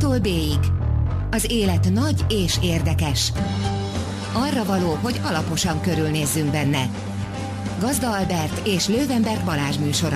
A-tól B-ig. Az élet nagy és érdekes. Arra való, hogy alaposan körülnézzünk benne. Gazda Albert és Löwenberg Balázs műsora.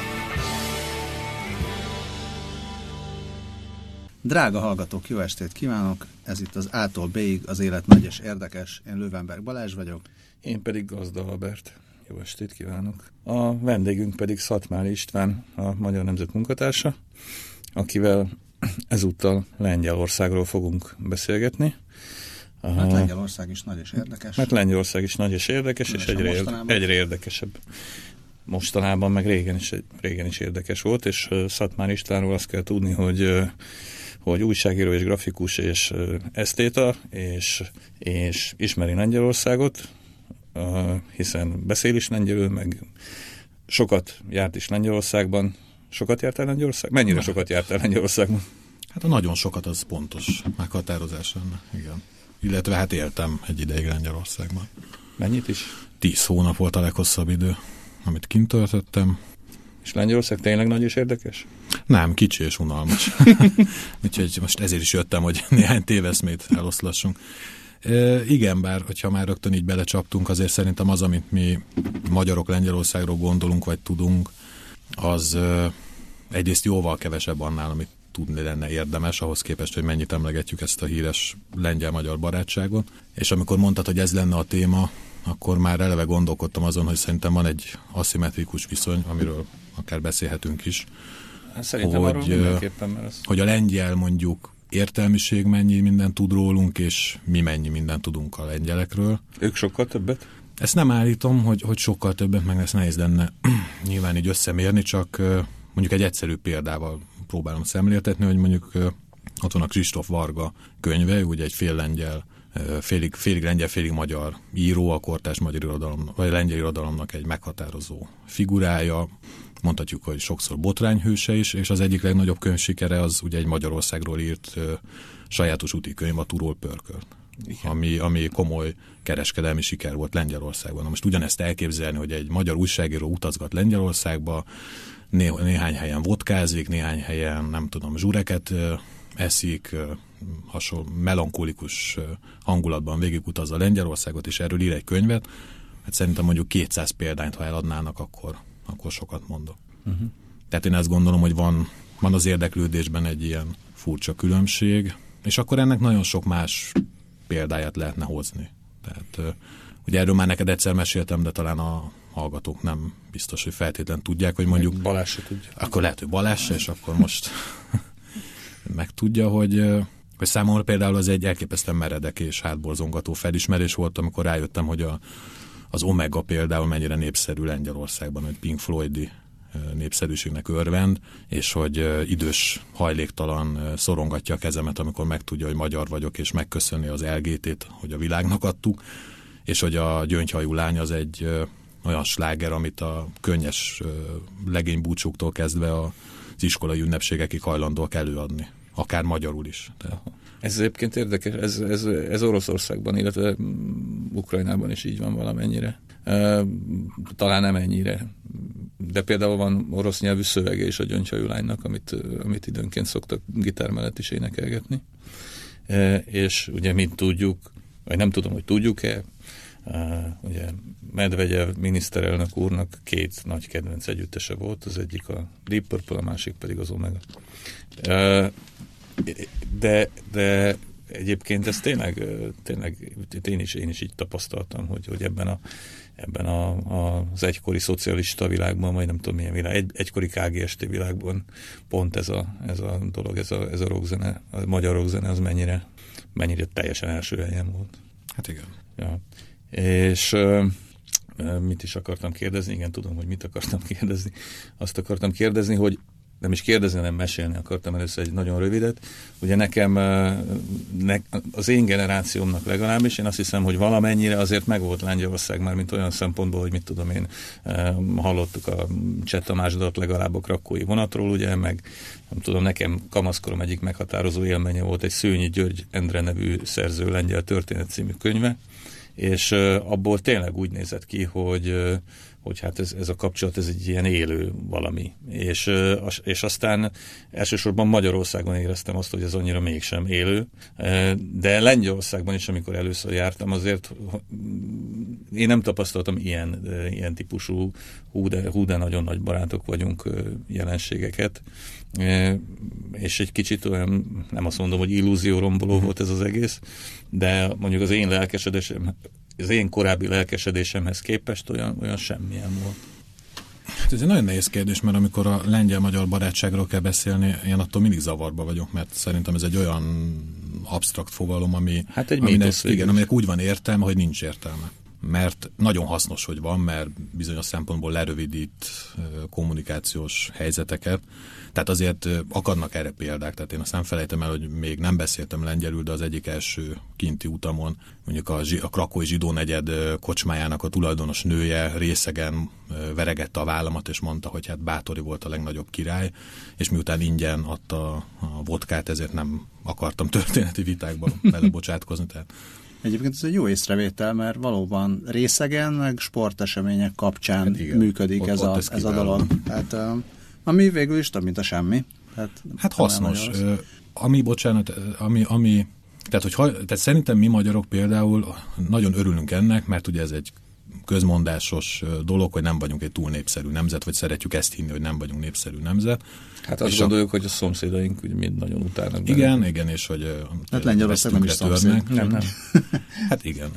Drága hallgatók, jó estét kívánok! Ez itt az A-tól B-ig, az élet nagy és érdekes. Én Löwenberg Balázs vagyok. Én pedig Gazda Albert. Jó estét kívánok! A vendégünk pedig Szatmári István, a Magyar Nemzet munkatársa, akivel ezúttal Lengyelországról fogunk beszélgetni. Mert Lengyelország is nagy és érdekes. Mert Lengyelország is nagy és érdekes, és egyre érdekesebb. Mostanában, meg régen is érdekes volt, és Szatmári Istvánról azt kell tudni, hogy újságíró és grafikus és esztéta, és ismeri Lengyelországot, hiszen beszél is lengyelül, meg sokat járt is Lengyelországban. Sokat jártál Lengyelországban? Mennyire sokat jártál Lengyelországban? Hát a nagyon sokat az pontos meghatározás lenne, igen. Illetve hát éltem egy ideig Lengyelországban. Mennyit is? 10 hónap volt a leghosszabb idő, amit kint töltöttem. És Lengyelország tényleg nagy és érdekes? Nem, kicsi és unalmas. Úgyhogy most ezért is jöttem, hogy néhány téveszmét eloszlassunk. Igen, bár hogyha már rögtön így belecsaptunk, azért szerintem az, amit mi magyarok Lengyelországról gondolunk, vagy tudunk, az egyrészt jóval kevesebb annál, amit tudni lenne érdemes, ahhoz képest, hogy mennyit emlegetjük ezt a híres lengyel-magyar barátságot. És amikor mondtad, hogy ez lenne a téma, akkor már eleve gondolkodtam azon, hogy szerintem van egy aszimmetrikus viszony, amiről akár beszélhetünk is. Szerintem arról mindenképpen, mert ez... hogy a lengyel mondjuk értelmiség mennyi mindent tud rólunk, és mi mennyi mindent tudunk a lengyelekről. Ők sokkal többet? Ezt nem állítom, hogy sokkal többet, meg ezt nehéz lenne nyilván így összemérni, csak mondjuk egy egyszerű példával próbálom szemléltetni, hogy mondjuk ott van a Kristóf Varga könyve, ugye egy fél lengyel, félig lengyel, félig magyar író, a kortárs magyar irodalom, vagy lengyel irodalomnak egy meghatározó figurája, mondhatjuk, hogy sokszor botrányhőse is, és az egyik legnagyobb könyvsikere az ugye egy Magyarországról írt sajátos úti könyv, a Turul Pörkölt, ami komoly kereskedelmi siker volt Lengyelországban. Na most ugyanezt elképzelni, hogy egy magyar újságíró utazgat Lengyelországba, néhány helyen vodkázik, néhány helyen, nem tudom, zsureket eszik, hasonló melankolikus hangulatban végigutazza Lengyelországot, és erről ír egy könyvet. Hát szerintem mondjuk 200 példányt, ha eladnának, akkor sokat mondok. Uh-huh. Tehát én azt gondolom, hogy van az érdeklődésben egy ilyen furcsa különbség, és akkor ennek nagyon sok más példáját lehetne hozni. Tehát ugye erről már neked egyszer meséltem, de talán a hallgatók nem biztos, hogy feltétlenül tudják, hogy mondjuk... Balázs se tudja. Akkor lehet, hogy Balázs se, és akkor most megtudja, hogy számomra például az egy elképesztően meredek és hátborzongató felismerés volt, amikor rájöttem, hogy az Omega például mennyire népszerű Lengyelországban, hogy Pink Floyd-i népszerűségnek örvend, és hogy idős, hajléktalan szorongatja a kezemet, amikor megtudja, hogy magyar vagyok, és megköszönni az LGT-t, hogy a világnak adtuk, és hogy a Gyöngyhajú lány az egy olyan sláger, amit a könnyes legénybúcsúktól kezdve az iskolai ünnepségekig hajlandóak előadni. Akár magyarul is. Ez egyébként érdekes, ez Oroszországban, illetve Ukrajnában is így van valamennyire. Talán nem ennyire. De például van orosz nyelvű szövege is a Gyöngyhajú lánynak, amit időnként szoktak gitár mellett is énekelgetni. És ugye mint tudjuk, vagy nem tudom, hogy tudjuk-e, ugye Medvegyev miniszterelnök úrnak 2 nagy kedvenc együttese volt, az egyik a Deep Purple, a másik pedig az Omega. De egyébként ez tényleg én is így tapasztaltam, hogy ebben az egykori szocialista világban, vagy nem tudom milyen világ, egykori KGST világban pont ez a dolog, ez a rockzene, a magyar rockzene, az mennyire teljesen első helyen volt. Hát igen. Ja. És mit is akartam kérdezni? Igen, tudom, hogy mit akartam kérdezni. Azt akartam kérdezni, hogy nem is kérdezni, hanem mesélni akartam először egy nagyon rövidet. Ugye nekem, az én generációmnak legalábbis, én azt hiszem, hogy valamennyire azért megvolt Lengyelország már, mint olyan szempontból, hogy mit tudom én, hallottuk a Cseh Tamásdat legalább a krakói vonatról, ugye, meg nem tudom, nekem kamaszkorom egyik meghatározó élménye volt egy Szőnyi György Endre nevű szerző lengyel történet című könyve, és abból tényleg úgy nézett ki, hogy hát ez a kapcsolat, ez egy ilyen élő valami. És aztán elsősorban Magyarországon éreztem azt, hogy ez annyira mégsem élő, de Lengyelországban is, amikor először jártam, azért én nem tapasztaltam ilyen típusú hú de nagyon nagy barátok vagyunk jelenségeket, és egy kicsit olyan, nem azt mondom, hogy illúzióromboló volt ez az egész, de mondjuk az én korábbi lelkesedésemhez képest olyan semmilyen volt. Ez egy nagyon nehéz kérdés, mert amikor a lengyel-magyar barátságról kell beszélni, én attól mindig zavarba vagyok, mert szerintem ez egy olyan absztrakt fogalom, aminek úgy van értelme, hogy nincs értelme. Mert nagyon hasznos, hogy van, mert bizonyos szempontból lerövidít kommunikációs helyzeteket. Tehát azért akadnak erre példák, tehát én azt nem felejtem el, hogy még nem beszéltem lengyelül, de az egyik első kinti utamon mondjuk a krakói zsidó negyed kocsmájának a tulajdonos nője részegen veregette a vállamat, és mondta, hogy hát Báthori volt a legnagyobb király, és miután ingyen adta a vodkát, ezért nem akartam történeti vitákba belebocsátkozni. Tehát egyébként ez egy jó észrevétel, mert valóban részegen, meg sportesemények kapcsán működik ez a dolog. Tehát, ami végül is több, mint a semmi. Hát hasznos. Tehát szerintem mi magyarok például nagyon örülünk ennek, mert ugye ez egy közmondásos dolog, hogy nem vagyunk egy túl népszerű nemzet, vagy szeretjük ezt hinni, hogy nem vagyunk népszerű nemzet. Hát azt gondoljuk, hogy a szomszédaink úgy mind nagyon utálnak. Igen, és hogy hát Lengyelország nem is szomszéd. Nem. Hát igen.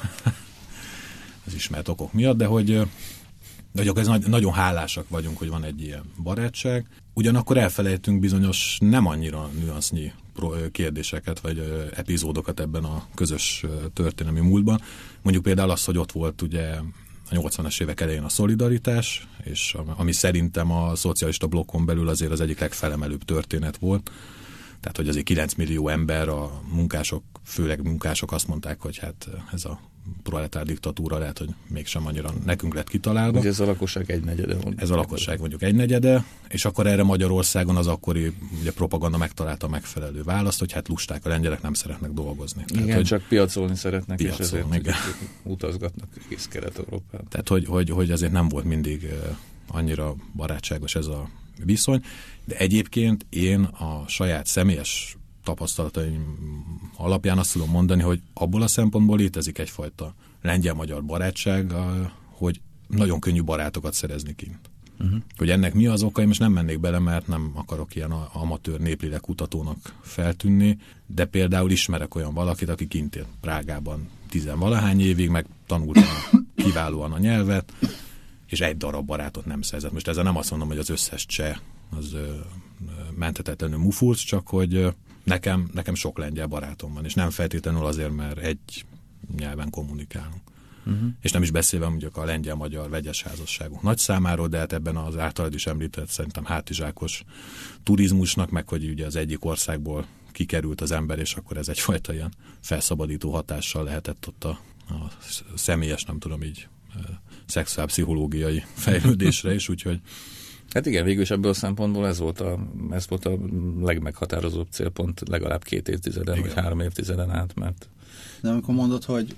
Az ismert okok miatt, de hogy ez nagyon hálásak vagyunk, hogy van egy ilyen barátság. Ugyanakkor elfelejtünk bizonyos nem annyira nüansznyi kérdéseket, vagy epizódokat ebben a közös történelmi múltban. Mondjuk például az, hogy ott volt ugye a 80-as évek elején a szolidaritás, és ami szerintem a szocialista blokkon belül azért az egyik legfelemelőbb történet volt. Tehát, hogy azért 9 millió ember, a munkások, főleg munkások azt mondták, hogy hát ez a proletár diktatúra lehet, hogy mégsem annyira nekünk lett kitalálva. Ugye ez a lakosság egynegyede. Ez a lakosság mondjuk egynegyede, és akkor erre Magyarországon az akkori ugye, propaganda megtalálta a megfelelő választ, hogy hát lusták, a lengyelek nem szeretnek dolgozni. Igen, tehát, hogy csak piacolni szeretnek, és ezért igen. utazgatnak egész Kelet-Európában. Tehát, hogy azért nem volt mindig annyira barátságos ez a viszony, de egyébként én a saját személyes tapasztalataim alapján azt tudom mondani, hogy abból a szempontból létezik egyfajta lengyel-magyar barátság, hogy nagyon könnyű barátokat szerezni kint. Hogy ennek mi az oka, én most nem mennék bele, mert nem akarok ilyen amatőr néplélek-kutatónak feltűnni, de például ismerek olyan valakit, aki kint él Prágában 10-valahány évig, meg tanulta kiválóan a nyelvet, és egy darab barátot nem szerzett. Most ezzel nem azt mondom, hogy az összes cseh az menthetetlenül mufulc, csak hogy nekem sok lengyel barátom van, és nem feltétlenül azért, mert egy nyelven kommunikálunk. És nem is beszélve mondjuk a lengyel-magyar vegyes házasságunk nagy számáról, de hát ebben az általad is említett szerintem hátizsákos turizmusnak, meg hogy ugye az egyik országból kikerült az ember, és akkor ez egyfajta ilyen felszabadító hatással lehetett ott a személyes, nem tudom így, szexuálpszichológiai fejlődésre is, úgyhogy hát igen, végül is ebből a szempontból ez volt a legmeghatározóbb célpont legalább 2 évtizeden, vagy 3 évtizeden át, mert de amikor mondod, hogy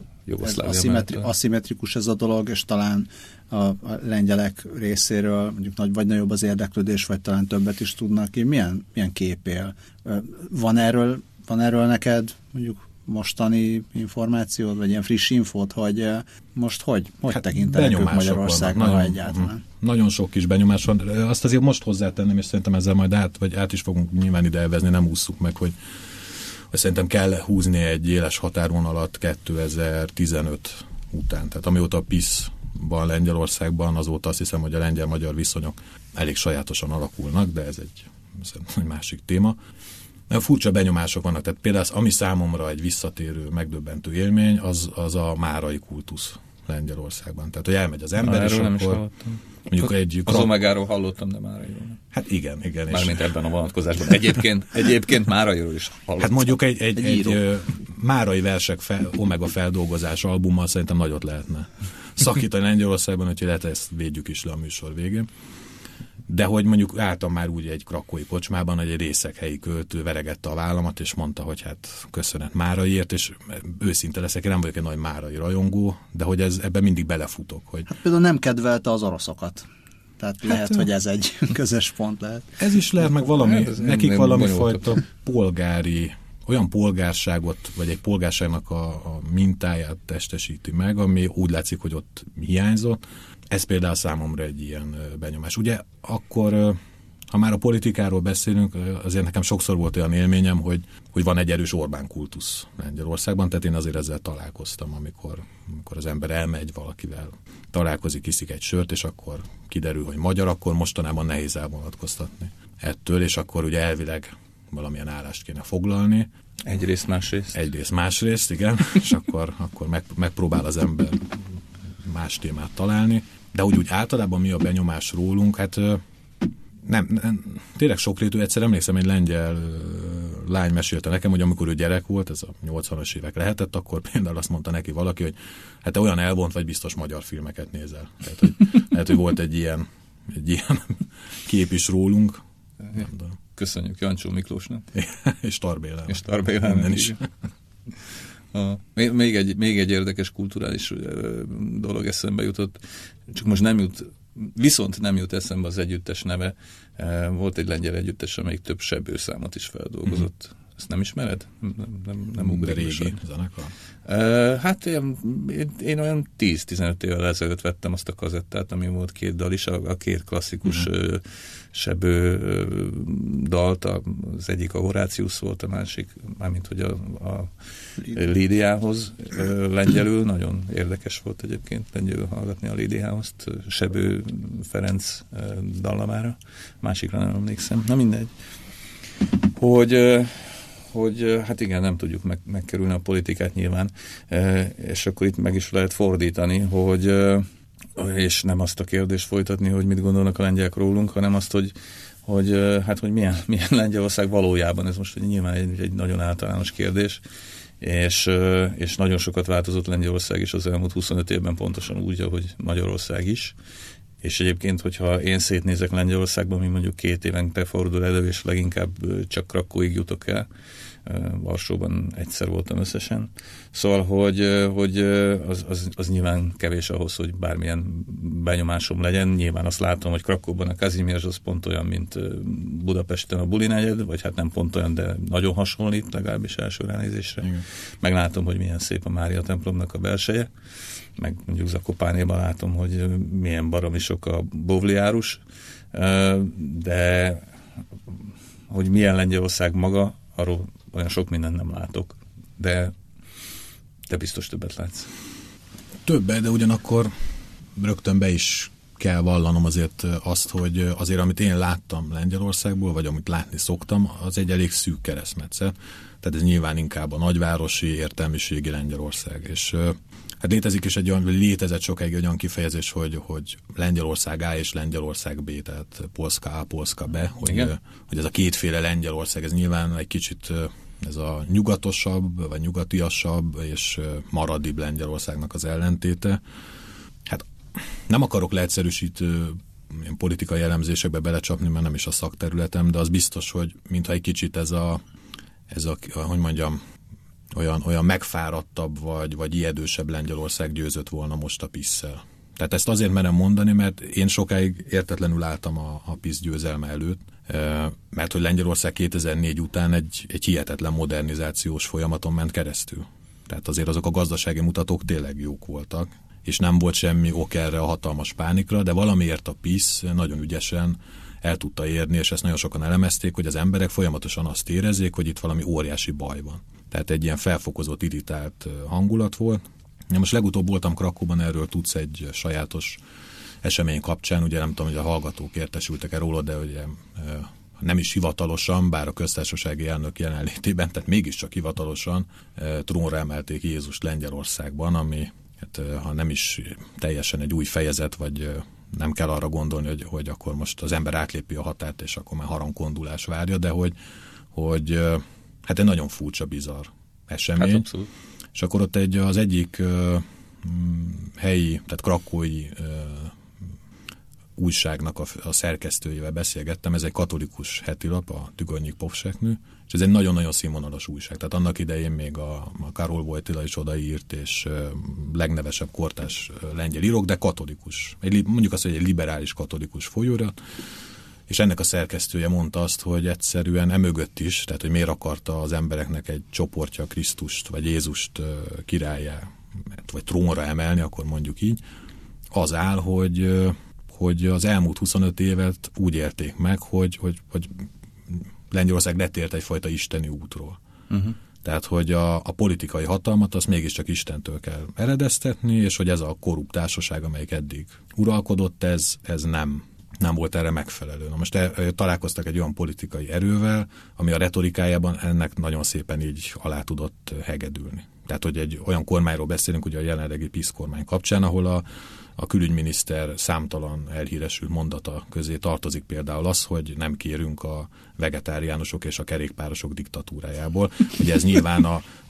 aszimmetrikus ez a dolog, és talán a lengyelek részéről mondjuk vagy nagyobb az érdeklődés, vagy talán többet is tudnak ki, milyen kép él? Van erről neked mondjuk mostani információd, vagy ilyen friss infót, hogy most hogy tekintenek ők Magyarországra, ha egyáltalán? Nagyon sok kis benyomás van. Azt azért most hozzátenném, és szerintem ezzel majd át is fogunk nyilván ide elvezni, nem ússzuk meg, hogy szerintem kell húzni egy éles határvonalat 2015 után. Tehát amióta a PiS van Lengyelországban, azóta azt hiszem, hogy a lengyel-magyar viszonyok elég sajátosan alakulnak, de ez egy másik téma. Furcsa benyomások vannak, tehát például ami számomra egy visszatérő, megdöbbentő élmény, az a márai kultusz Lengyelországban. Tehát, hogy elmegy az ember, és akkor mondjuk az Omegáról hallottam, de Márairól nem. Hát igen. Mármint ebben a vonatkozásban. Egyébként Márairól is hallottam. Hát mondjuk egy Márai versek Omega feldolgozás albummal szerintem nagyot lehetne szakítani Lengyelországban, úgyhogy lehet ezt védjük is le a műsor végén. De hogy mondjuk álltam már úgy egy krakói kocsmában, hogy egy részeghelyi költő veregette a vállamat, és mondta, hogy hát köszönet Máraiért, és őszinte leszek, én nem vagyok egy nagy Márai rajongó, de hogy ebben mindig belefutok. Hogy... Hát például nem kedvelte az oroszokat. Tehát lehet, hogy ez egy közös pont lehet. Ez is lehet, meg valami, nekik valami fajta polgári, olyan polgárságot, vagy egy polgárságnak a mintáját testesíti meg, ami úgy látszik, hogy ott hiányzott. Ez például számomra egy ilyen benyomás. Ugye akkor, ha már a politikáról beszélünk, azért nekem sokszor volt olyan élményem, hogy van egy erős Orbán kultusz Lengyelországban, tehát én azért ezzel találkoztam, amikor az ember elmegy valakivel, találkozik, iszik egy sört, és akkor kiderül, hogy magyar, akkor mostanában nehéz elvonatkoztatni ettől, és akkor ugye elvileg valamilyen állást kéne foglalni. Egyrészt, másrészt, igen, és akkor megpróbál az ember más témát találni, de úgy általában mi a benyomás rólunk, hát nem tényleg sokrétű. Egyszer emlékszem, egy lengyel lány mesélte nekem, hogy amikor ő gyerek volt, ez a 80-as évek lehetett, akkor például azt mondta neki valaki, hogy hát te olyan elvont vagy, biztos magyar filmeket nézel. Tehát, hogy volt egy ilyen kép is rólunk. Köszönjük Jancsó Miklósnak. És Tarbélának. És Tarbélának is. Még egy érdekes kulturális dolog eszembe jutott, csak most nem jut eszembe az együttes neve. Volt egy lengyel együttes, amelyik több sebőszámot is feldolgozott. Ezt nem ismered? Nem ugrik. Régi zenekar? Hát én olyan 10-15 évvel ezelőtt vettem azt a kazettát, ami volt 2 dal is, a 2 klasszikus sebő dalt, az egyik a Horáciusz volt, a másik, mármint hogy a Lídiához lengyelül, nagyon érdekes volt egyébként lengyelül hallgatni a Lídiához, Sebő Ferenc dallamára, másikra nem emlékszem, na mindegy. Hogy hát igen, nem tudjuk megkerülni a politikát nyilván, és akkor itt meg is lehet fordítani, hogy és nem azt a kérdést folytatni, hogy mit gondolnak a lengyelek rólunk, hanem azt, hogy milyen Lengyelország valójában. Ez most nyilván egy nagyon általános kérdés, és nagyon sokat változott Lengyelország is az elmúlt 25 évben, pontosan úgy, ahogy Magyarország is. És egyébként, hogyha én szétnézek Lengyelországban, mi mondjuk 2 évente fordul elő, és leginkább csak Krakóig jutok el. Varsóban egyszer voltam összesen. Szóval, hogy az nyilván kevés ahhoz, hogy bármilyen benyomásom legyen. Nyilván azt látom, hogy Krakóban a Kazimierz az pont olyan, mint Budapesten a Bulinegyed, vagy hát nem pont olyan, de nagyon hasonlít, legalábbis első ránézésre. Igen. Meglátom, hogy milyen szép a Mária templomnak a belseje, meg mondjuk Zakopánéban látom, hogy milyen baromi sok a bovliárus, de hogy milyen Lengyelország maga, arról olyan sok mindent nem látok, de te biztos többet látsz. Többet, de ugyanakkor rögtön be is kell vallanom azért azt, hogy azért, amit én láttam Lengyelországból, vagy amit látni szoktam, az egy elég szűk keresztmetszet. Tehát ez nyilván inkább a nagyvárosi, értelmiségi Lengyelország. És hát létezett sokáig egy olyan kifejezés, hogy Lengyelország A és Lengyelország B, tehát Polska A, Polska B, hogy ez a kétféle Lengyelország, ez nyilván egy kicsit ez a nyugatosabb, vagy nyugatiasabb és maradibb Lengyelországnak az ellentéte. Hát nem akarok leegyszerűsítő politikai elemzésekbe belecsapni, mert nem is a szakterületem, de az biztos, hogy mintha egy kicsit ez a hogy mondjam, olyan megfáradtabb vagy ijedősebb Lengyelország győzött volna most a PiS-szel. Tehát ezt azért merem mondani, mert én sokáig értetlenül álltam a PiS győzelme előtt, mert hogy Lengyelország 2004 után egy hihetetlen modernizációs folyamaton ment keresztül. Tehát azért azok a gazdasági mutatók tényleg jók voltak, és nem volt semmi ok erre a hatalmas pánikra, de valamiért a PiS nagyon ügyesen el tudta érni, és ezt nagyon sokan elemezték, hogy az emberek folyamatosan azt érezzék, hogy itt valami óriási baj van. Tehát egy ilyen felfokozott, irritált hangulat volt. Ja, most legutóbb voltam Krakóban, erről tudsz egy sajátos esemény kapcsán, ugye nem tudom, hogy a hallgatók értesültek-e róla, de ugye nem is hivatalosan, bár a köztársasági elnök jelenlétében, tehát mégiscsak hivatalosan trónra emelték Jézust Lengyelországban, ami hát, ha nem is teljesen egy új fejezet, vagy nem kell arra gondolni, hogy akkor most az ember átlépi a határt, és akkor már harangkondulás várja, de hogy hát egy nagyon furcsa, bizarr esemény. Hát abszolút. És akkor ott az egyik helyi, tehát krakói újságnak a szerkesztőjével beszélgettem, ez egy katolikus hetilap, a Tügornyik Povseknő, és ez egy nagyon-nagyon színvonalas újság. Tehát annak idején még a Karol Wojtyla is odaírt, és legnevesebb kortárs lengyel írók, de katolikus. Mondjuk azt, hogy egy liberális katolikus folyóirat, és ennek a szerkesztője mondta azt, hogy egyszerűen emögött is, tehát hogy miért akarta az embereknek egy csoportja Krisztust, vagy Jézust királlyá, vagy trónra emelni, akkor mondjuk így, az áll, hogy az elmúlt 25 évet úgy élték meg, hogy Lengyelország letért egyfajta isteni útról. Tehát, hogy a politikai hatalmat azt mégiscsak Istentől kell eredeztetni, és hogy ez a korrupt társaság, amelyik eddig uralkodott, ez nem volt erre megfelelő. Na most találkoztak egy olyan politikai erővel, ami a retorikájában ennek nagyon szépen így alá tudott hegedülni. Tehát, hogy egy olyan kormányról beszélünk, ugye a jelenlegi PiS kormány kapcsán, ahol a külügyminiszter számtalan elhíresült mondata közé tartozik például az, hogy nem kérünk a vegetáriánusok és a kerékpárosok diktatúrájából. Ugye ez nyilván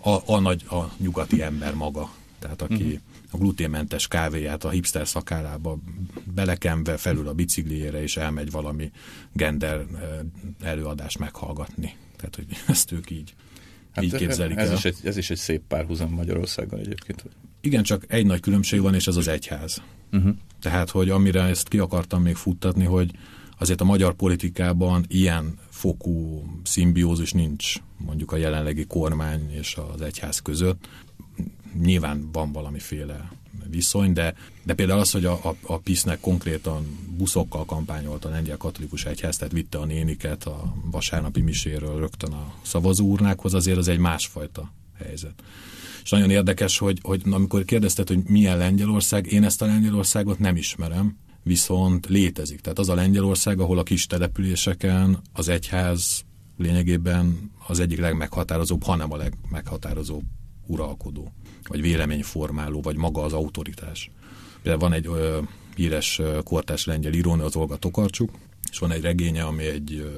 a nyugati ember maga, tehát aki a gluténmentes kávéját a hipster szakállába belekenve felül a bicikliére, és elmegy valami gender előadást meghallgatni. Tehát, hogy ezt ők így képzelik el. Ez is egy szép párhuzam Magyarországgal egyébként. Igen, csak egy nagy különbség van, és ez az egyház. Tehát, hogy amire ezt ki akartam még futtatni, hogy azért a magyar politikában ilyen fokú szimbiózus nincs mondjuk a jelenlegi kormány és az egyház között. Nyilván van valamiféle viszony, de például az, hogy a PiS-nek konkrétan buszokkal kampányolt a lengyel katolikus egyház, tehát vitte a néniket a vasárnapi miséről rögtön a szavazóurnákhoz, azért az egy másfajta helyzet. És nagyon érdekes, hogy amikor kérdezted, hogy milyen Lengyelország, én ezt a Lengyelországot nem ismerem, viszont létezik. Tehát az a Lengyelország, ahol a kis településeken az egyház lényegében az egyik legmeghatározóbb, hanem a legmeghatározóbb uralkodó, vagy véleményformáló, vagy maga az autoritás. Például van egy híres kortárs lengyel írónő, az Olga Tokarczuk, és van egy regénye, ami egy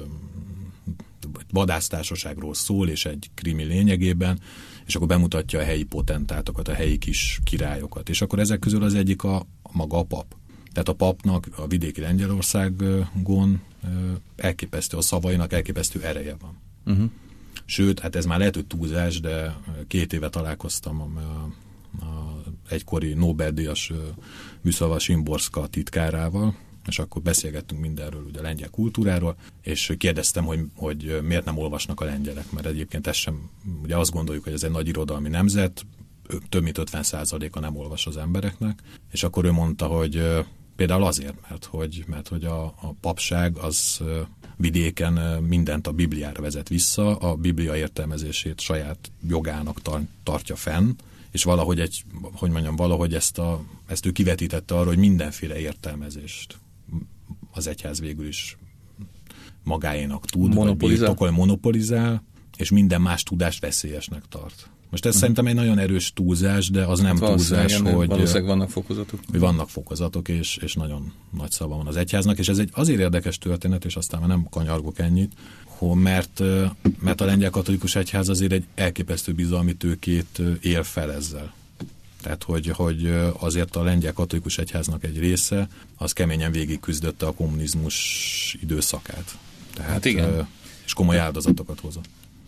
vadásztársaságról szól, és egy krimi lényegében, és akkor bemutatja a helyi potentátokat, a helyi kis királyokat. És akkor ezek közül az egyik maga a pap. Tehát a papnak a vidéki Lengyelországon elképesztő, a szavainak elképesztő ereje van. Sőt, hát ez már lehet, hogy túlzás, de 2 éve találkoztam a egykori Nobel-díjas Wisława Szymborska titkárával, és akkor beszélgettünk mindenről, ugye a lengyel kultúráról, és kérdeztem, hogy miért nem olvasnak a lengyelek, mert egyébként ez sem, ugye azt gondoljuk, hogy ez egy nagy irodalmi nemzet, több mint 50%-a nem olvas az embereknek, és akkor ő mondta, hogy például azért, mert hogy a papság az vidéken mindent a Bibliára vezet vissza, a Biblia értelmezését saját jogának tartja fenn, és valahogy ezt ő kivetítette arra, hogy mindenféle értelmezést az egyház végül is magáénak tud, monopolizál, és minden más tudást veszélyesnek tart. Most ez szerintem egy nagyon erős túlzás, de az nem túlzás, hogy valószínűleg vannak fokozatok. Hogy vannak fokozatok, és nagyon nagy szava van az egyháznak, és ez egy azért érdekes történet, és aztán már nem kanyargok ennyit, mert a lengyel katolikus egyház azért egy elképesztő bizalmi tőkét él fel ezzel. Tehát, hogy azért a lengyel katolikus egyháznak egy része, az keményen végigküzdötte a kommunizmus időszakát. Tehát, hát igen. És komoly áldozatokat hozott.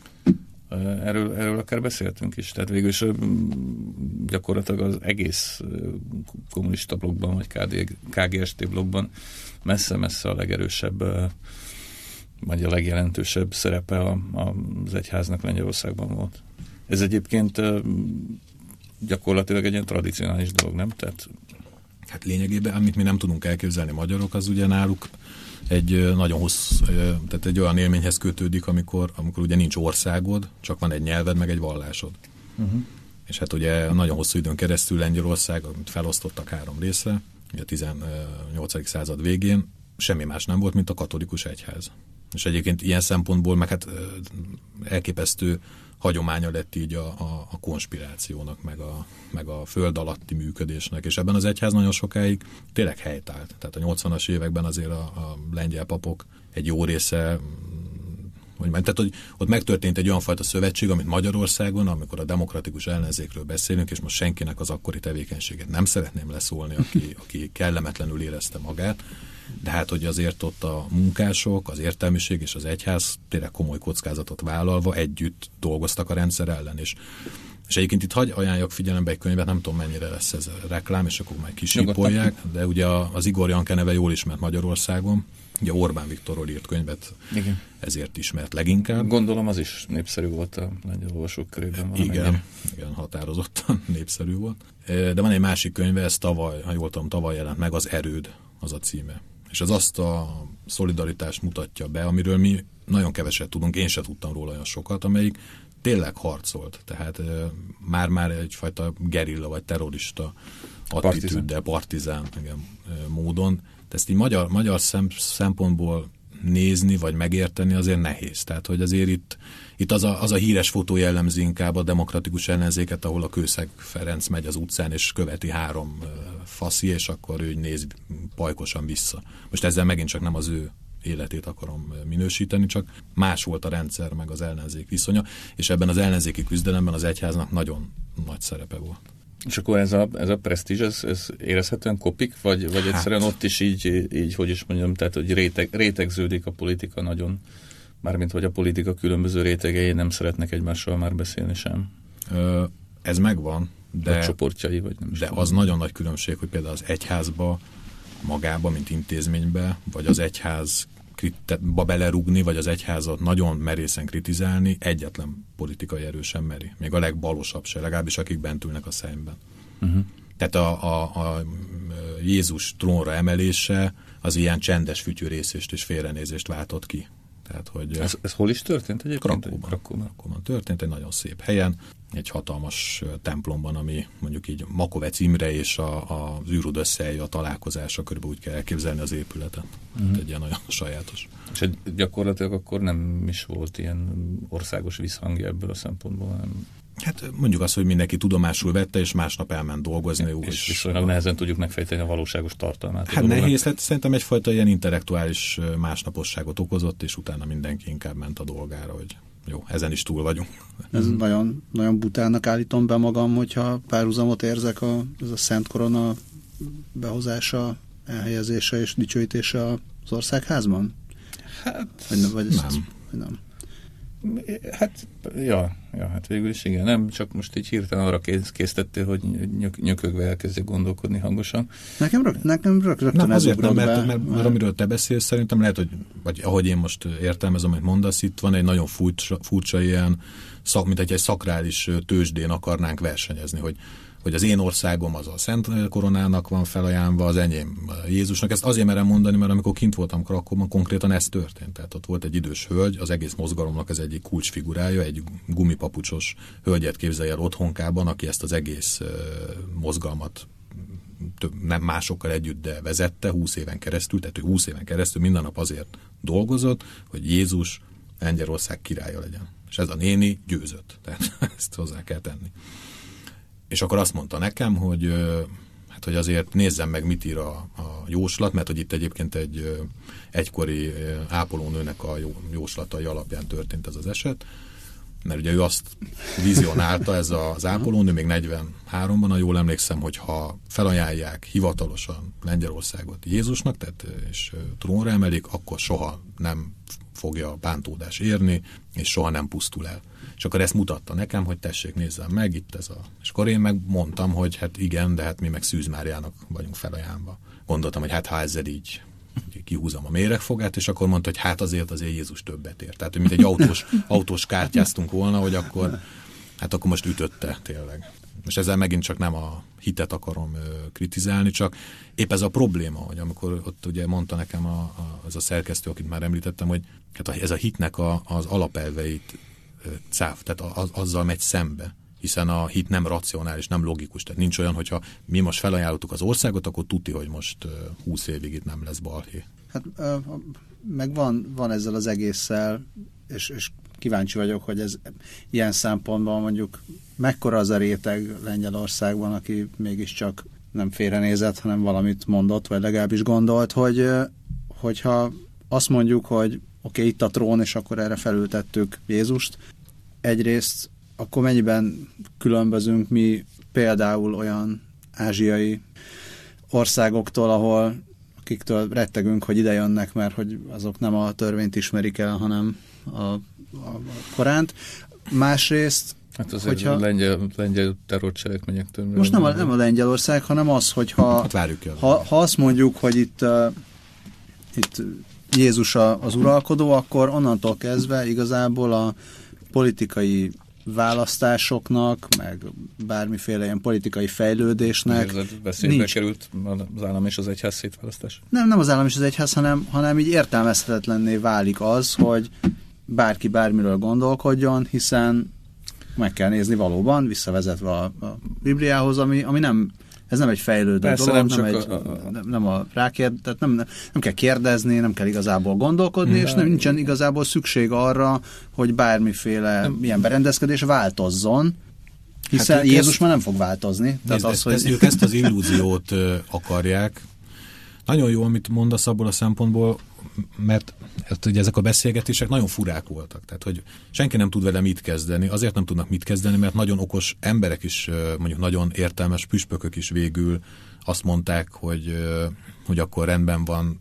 Erről akár beszéltünk is, tehát végül is gyakorlatilag az egész kommunista blokkban, vagy KGST blokkban messze-messze a legerősebb, vagy a legjelentősebb szerepe az egyháznak Lengyelországban volt. Ez egyébként gyakorlatilag egy ilyen tradicionális dolog, nem? Hát lényegében, amit mi nem tudunk elképzelni magyarok, az ugye náluk egy nagyon hossz, tehát egy olyan élményhez kötődik, amikor ugye nincs országod, csak van egy nyelved, meg egy vallásod. És hát ugye nagyon hosszú időn keresztül Lengyelország, amit felosztottak 3 részre, ugye a 18. század végén, semmi más nem volt, mint a katolikus egyház. És egyébként ilyen szempontból meg hát elképesztő hagyománya lett így a konspirációnak, meg a föld alatti működésnek, és ebben az egyház nagyon sokáig tényleg helytált. Tehát a 80-as években azért a lengyel papok egy jó része, tehát hogy ott megtörtént egy olyan fajta szövetség, amit Magyarországon, amikor a demokratikus ellenzékről beszélünk, és most senkinek az akkori tevékenységet nem szeretném leszólni, aki kellemetlenül érezte magát, de hát hogy azért ott a munkások, az értelmiség és az egyház tényleg komoly kockázatot vállalva együtt dolgoztak a rendszer ellen, és egyébként itt hagy ajánljak figyelembe egy könyvet, nem tudom mennyire lesz ez reklám, és akkor majd kisípolják, de ugye az Igor Janke neve jól ismert Magyarországon, ugye Orbán Viktorról írt könyvet, igen. Ezért ismert leginkább. Gondolom az is népszerű volt a lengyel olvasók körében. Igen, határozottan népszerű volt. De van egy másik könyve, ez tavaly, ha jól tudom, tavaly jelent meg, az Erőd, az a címe. És az azt a szolidaritást mutatja be, amiről mi nagyon keveset tudunk, én sem tudtam róla olyan sokat, amelyik tényleg harcolt. Tehát már egyfajta gerilla vagy terrorista attitűddel, partizán módon. De ezt így magyar szempontból nézni, vagy megérteni azért nehéz. Tehát, hogy azért itt az a híres fotó jellemzi inkább a demokratikus ellenzéket, ahol a Kőszeg Ferenc megy az utcán, és követi 3 faszi, és akkor ő néz pajkosan vissza. Most ezzel megint csak nem az ő életét akarom minősíteni, csak más volt a rendszer, meg az ellenzék viszonya, és ebben az ellenzéki küzdelemben az egyháznak nagyon nagy szerepe volt. És akkor ez a presztízs, ez érezhetően kopik, vagy egyszerűen ott is így, hogy is mondjam, tehát hogy rétegződik a politika nagyon, mármint hogy a politika különböző rétegei nem szeretnek egymással már beszélni sem. Ez megvan, de csoportjai, vagy nem is de az nagyon nagy különbség, hogy például az egyházba magába, mint intézménybe, vagy az egyházba belerúgni, vagy az egyházat nagyon merészen kritizálni, egyetlen politikai erő sem meri. Még a legbalosabb se, legalábbis akik bent ülnek a szemben. Uh-huh. Tehát a Jézus trónra emelése az ilyen csendes fütyűrészést és félrenézést váltott ki. Tehát, hogy ez hol is történt egyébként? Krakkóban történt, egy nagyon szép helyen, egy hatalmas templomban, ami mondjuk így Makovec Imre és az űrud összeeljö a találkozása, körülbelül úgy kell elképzelni az épületet. Mm. Egy ilyen nagyon sajátos. És gyakorlatilag akkor nem is volt ilyen országos visszhangja ebből a szempontból, nem? Hát mondjuk azt, hogy mindenki tudomásul vette, és másnap elment dolgozni. És viszonylag nehezen tudjuk megfejteni a valóságos tartalmát. Hát nehéz, hát szerintem egyfajta ilyen intellektuális másnaposságot okozott, és utána mindenki inkább ment a dolgára, hogy jó, ezen is túl vagyunk. Ez nagyon, nagyon butának állítom be magam, hogyha párhuzamot érzek ez a Szent Korona behozása, elhelyezése és dicsőítése az országházban? Hát vagy nem. Hát, hát végül is igen, nem, csak most így hirtelen arra késztettél, hogy nyökögve elkezdjek gondolkodni hangosan. Nekem rögtön nem, azért nem, mert amiről te beszélsz, szerintem lehet, hogy, vagy ahogy én most értelmezem, amit mondasz, itt van egy nagyon furcsa ilyen, mint egy szakrális tőzsdén akarnánk versenyezni, hogy az én országom az a Szent Koronának van felajánlva, az enyém Jézusnak. Ezt azért merem mondani, mert amikor kint voltam Krakkóban, konkrétan ez történt. Tehát ott volt egy idős hölgy, az egész mozgalomnak ez egyik kulcsfigurája, egy gumipapucsos hölgyet képzelj el otthonkában, aki ezt az egész mozgalmat nem másokkal együtt, de vezette 20 éven keresztül, tehát ő 20 éven keresztül minden nap azért dolgozott, hogy Jézus Lengyelország királya legyen. És ez a néni győzött. Tehát ezt hozzá kell tenni. És akkor azt mondta nekem, hogy azért nézzem meg, mit ír a jóslat, mert hogy itt egyébként egy egykori ápolónőnek a jóslatai alapján történt ez az eset, mert ugye ő azt vizionálta, ez az ápolónő még 43-ban, ha jól emlékszem, hogy ha felajánlják hivatalosan Lengyelországot Jézusnak, tehát és trónra emelik, akkor soha nem fogja bántódás érni, és soha nem pusztul el. És akkor ezt mutatta nekem, hogy tessék, nézzem meg, itt ez a... És akkor én meg mondtam, hogy hát igen, de hát mi meg Szűz Máriának vagyunk felajánlva. Gondoltam, hogy hát ha ezzel így kihúzom a méregfogát, és akkor mondta, hogy hát azért Jézus többet ér. Tehát, mint egy autós kártyáztunk volna, hogy akkor most ütötte tényleg. És ezzel megint csak nem a hitet akarom kritizálni, csak épp ez a probléma, hogy amikor ott ugye mondta nekem ez a szerkesztő, akit már említettem, hogy hát ez a hitnek az alapelveit tehát azzal megy szembe, hiszen a hit nem racionális, nem logikus, tehát nincs olyan, hogyha mi most felajánlottuk az országot, akkor tuti, hogy most 20 évig itt nem lesz balhé. Hát meg van ezzel az egésszel, és kíváncsi vagyok, hogy ez ilyen szempontból mondjuk mekkora az a réteg Lengyelországban, aki mégiscsak nem félrenézett, hanem valamit mondott, vagy legalábbis gondolt, hogyha azt mondjuk, hogy oké, itt a trón, és akkor erre felültettük Jézust. Egyrészt akkor mennyiben különbözünk mi például olyan ázsiai országoktól, ahol akiktől rettegünk, hogy ide jönnek, mert hogy azok nem a törvényt ismerik el, hanem a Koránt. Másrészt, hát azért hogyha... lengyel terrorcselekményektől. Most nem a Lengyelország, hanem az, hogyha hát ha azt mondjuk, hogy itt Jézus az uralkodó, akkor onnantól kezdve igazából a politikai választásoknak, meg bármiféle ilyen politikai fejlődésnek veszélybe került az állam és az egyház szétválasztás? Nem az állam és az egyház, hanem így értelmezhetetlenné válik az, hogy bárki bármiről gondolkodjon, hiszen meg kell nézni valóban, visszavezetve a Bibliához, ami nem, ez nem egy fejlődő persze, dolog, tehát nem kell kérdezni, nem kell igazából gondolkodni, és nincsen igazából szükség arra, hogy bármiféle ilyen berendezkedés változzon, hiszen hát Jézus már nem fog változni. Tehát ők ezt az illúziót akarják. Nagyon jó, amit mondasz abból a szempontból, mert ugye ezek a beszélgetések nagyon furák voltak. Tehát, hogy senki nem tud vele mit kezdeni. Azért nem tudnak mit kezdeni, mert nagyon okos emberek is, mondjuk nagyon értelmes püspökök is végül azt mondták, hogy akkor rendben van.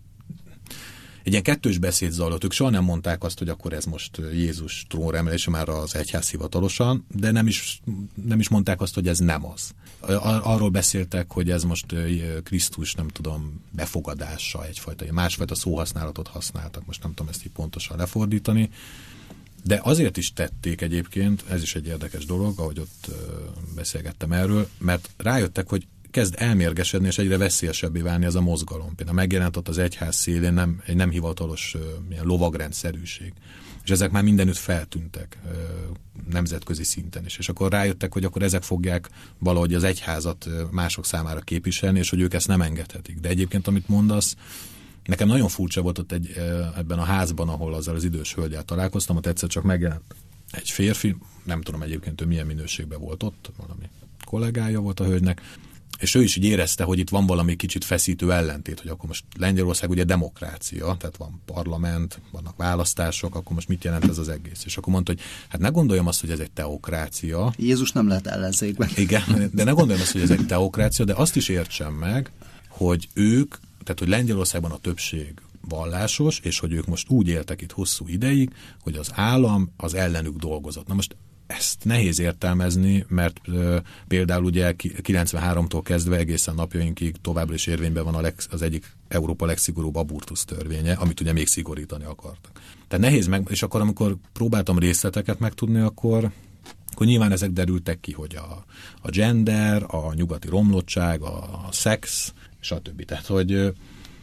Egy ilyen kettős beszéd zajlott. Ők soha nem mondták azt, hogy akkor ez most Jézus trónra emelése már az egyház hivatalosan, de nem is mondták azt, hogy ez nem az. Arról beszéltek, hogy ez most Krisztus, nem tudom, befogadása, másfajta szóhasználatot használtak, most nem tudom ezt így pontosan lefordítani, de azért is tették egyébként, ez is egy érdekes dolog, ahogy ott beszélgettem erről, mert rájöttek, hogy kezd elmérgesedni, és egyre veszélyesebbé válni ez a mozgalom. Például megjelent ott az egyház szélén egy nem hivatalos ilyen lovagrendszerűség. És ezek már mindenütt feltűntek nemzetközi szinten is. És akkor rájöttek, hogy akkor ezek fogják valahogy az egyházat mások számára képviselni, és hogy ők ezt nem engedhetik. De egyébként, amit mondasz, nekem nagyon furcsa volt ott ebben a házban, ahol azzal az idős hölgyel találkoztam, ott egyszer csak megjelent egy férfi, nem tudom egyébként, ő milyen minőségben volt ott, valami kollégája volt a hölgynek, és ő is így érezte, hogy itt van valami kicsit feszítő ellentét, hogy akkor most Lengyelország ugye demokrácia, tehát van parlament, vannak választások, akkor most mit jelent ez az egész? És akkor mondta, hogy hát ne gondoljam azt, hogy ez egy teokrácia. Jézus nem lehet ellenzékben. Igen, de ne gondoljam azt, hogy ez egy teokrácia, de azt is értsem meg, hogy ők, tehát hogy Lengyelországban a többség vallásos, és hogy ők most úgy éltek itt hosszú ideig, hogy az állam az ellenük dolgozott. Na most ezt nehéz értelmezni, mert például ugye 93-tól kezdve egészen napjainkig továbbra is érvényben van az egyik Európa legszigorúbb abortusz törvénye, amit ugye még szigorítani akartak. Tehát nehéz meg, és akkor amikor próbáltam részleteket megtudni, akkor nyilván ezek derültek ki, hogy a gender, a nyugati romlottság, a szex, stb. Tehát, hogy